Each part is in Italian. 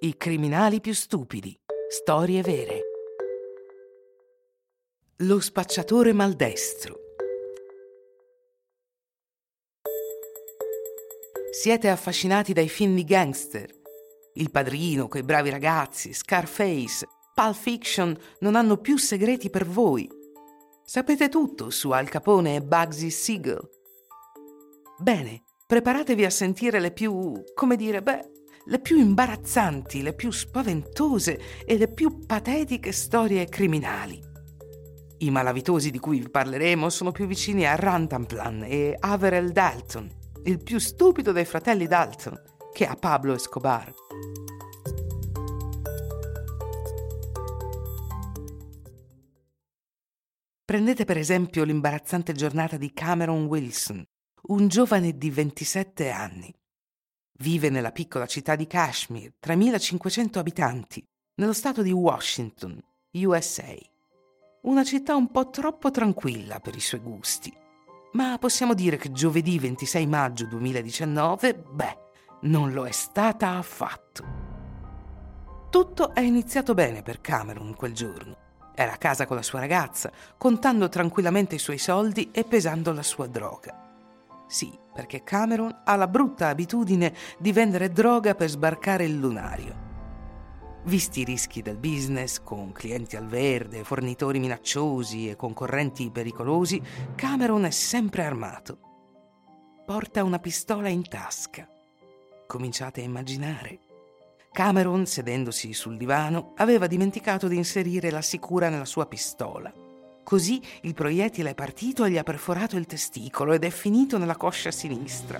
I criminali più stupidi. Storie vere. Lo spacciatore maldestro. Siete affascinati dai film di gangster? Il Padrino, Quei bravi ragazzi, Scarface, Pulp Fiction non hanno più segreti per voi. Sapete tutto su Al Capone e Bugsy Siegel. Bene, preparatevi a sentire le più imbarazzanti, le più spaventose e le più patetiche storie criminali. I malavitosi di cui vi parleremo sono più vicini a Rantanplan e Averell Dalton, il più stupido dei fratelli Dalton, che a Pablo Escobar. Prendete per esempio l'imbarazzante giornata di Cameron Wilson, un giovane di 27 anni. Vive nella piccola città di Kashmir, 3.500 abitanti, nello stato di Washington, USA. Una città un po' troppo tranquilla per i suoi gusti. Ma possiamo dire che giovedì 26 maggio 2019, non lo è stata affatto. Tutto è iniziato bene per Cameron quel giorno. Era a casa con la sua ragazza, contando tranquillamente i suoi soldi e pesando la sua droga. Sì, perché Cameron ha la brutta abitudine di vendere droga per sbarcare il lunario. Visti i rischi del business, con clienti al verde, fornitori minacciosi e concorrenti pericolosi, Cameron è sempre armato. Porta una pistola in tasca. Cominciate a immaginare. Cameron, sedendosi sul divano, aveva dimenticato di inserire la sicura nella sua pistola. Così il proiettile è partito e gli ha perforato il testicolo ed è finito nella coscia sinistra.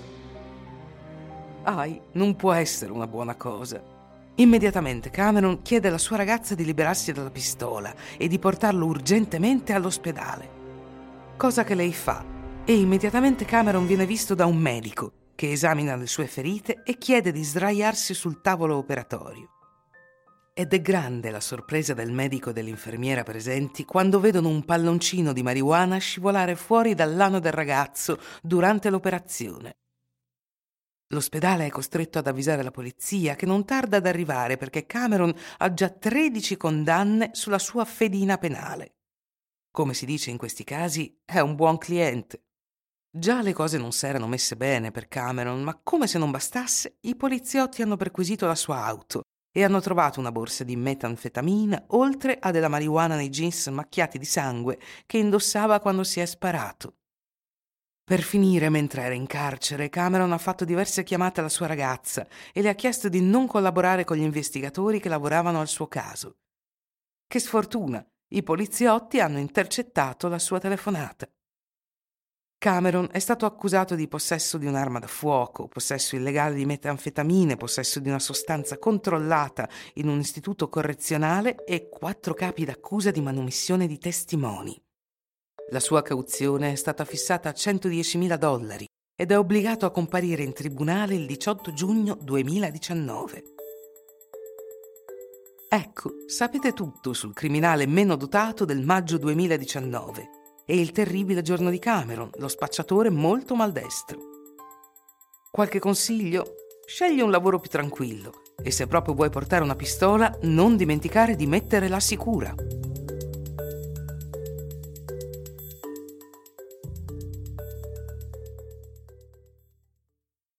Non può essere una buona cosa. Immediatamente Cameron chiede alla sua ragazza di liberarsi dalla pistola e di portarlo urgentemente all'ospedale. Cosa che lei fa, e immediatamente Cameron viene visto da un medico che esamina le sue ferite e chiede di sdraiarsi sul tavolo operatorio. Ed è grande la sorpresa del medico e dell'infermiera presenti quando vedono un palloncino di marijuana scivolare fuori dall'ano del ragazzo durante l'operazione. L'ospedale è costretto ad avvisare la polizia, che non tarda ad arrivare perché Cameron ha già 13 condanne sulla sua fedina penale. Come si dice in questi casi, è un buon cliente. Già le cose non si erano messe bene per Cameron, ma come se non bastasse, i poliziotti hanno perquisito la sua auto e hanno trovato una borsa di metanfetamina, oltre a della marijuana nei jeans macchiati di sangue che indossava quando si è sparato. Per finire, mentre era in carcere, Cameron ha fatto diverse chiamate alla sua ragazza e le ha chiesto di non collaborare con gli investigatori che lavoravano al suo caso. Che sfortuna! I poliziotti hanno intercettato la sua telefonata. Cameron è stato accusato di possesso di un'arma da fuoco, possesso illegale di metanfetamine, possesso di una sostanza controllata in un istituto correzionale e 4 capi d'accusa di manomissione di testimoni. La sua cauzione è stata fissata a $110.000 ed è obbligato a comparire in tribunale il 18 giugno 2019. Ecco, sapete tutto sul criminale meno dotato del maggio 2019. E il terribile giorno di Cameron, lo spacciatore molto maldestro. Qualche consiglio? Scegli un lavoro più tranquillo e se proprio vuoi portare una pistola, non dimenticare di mettere la sicura.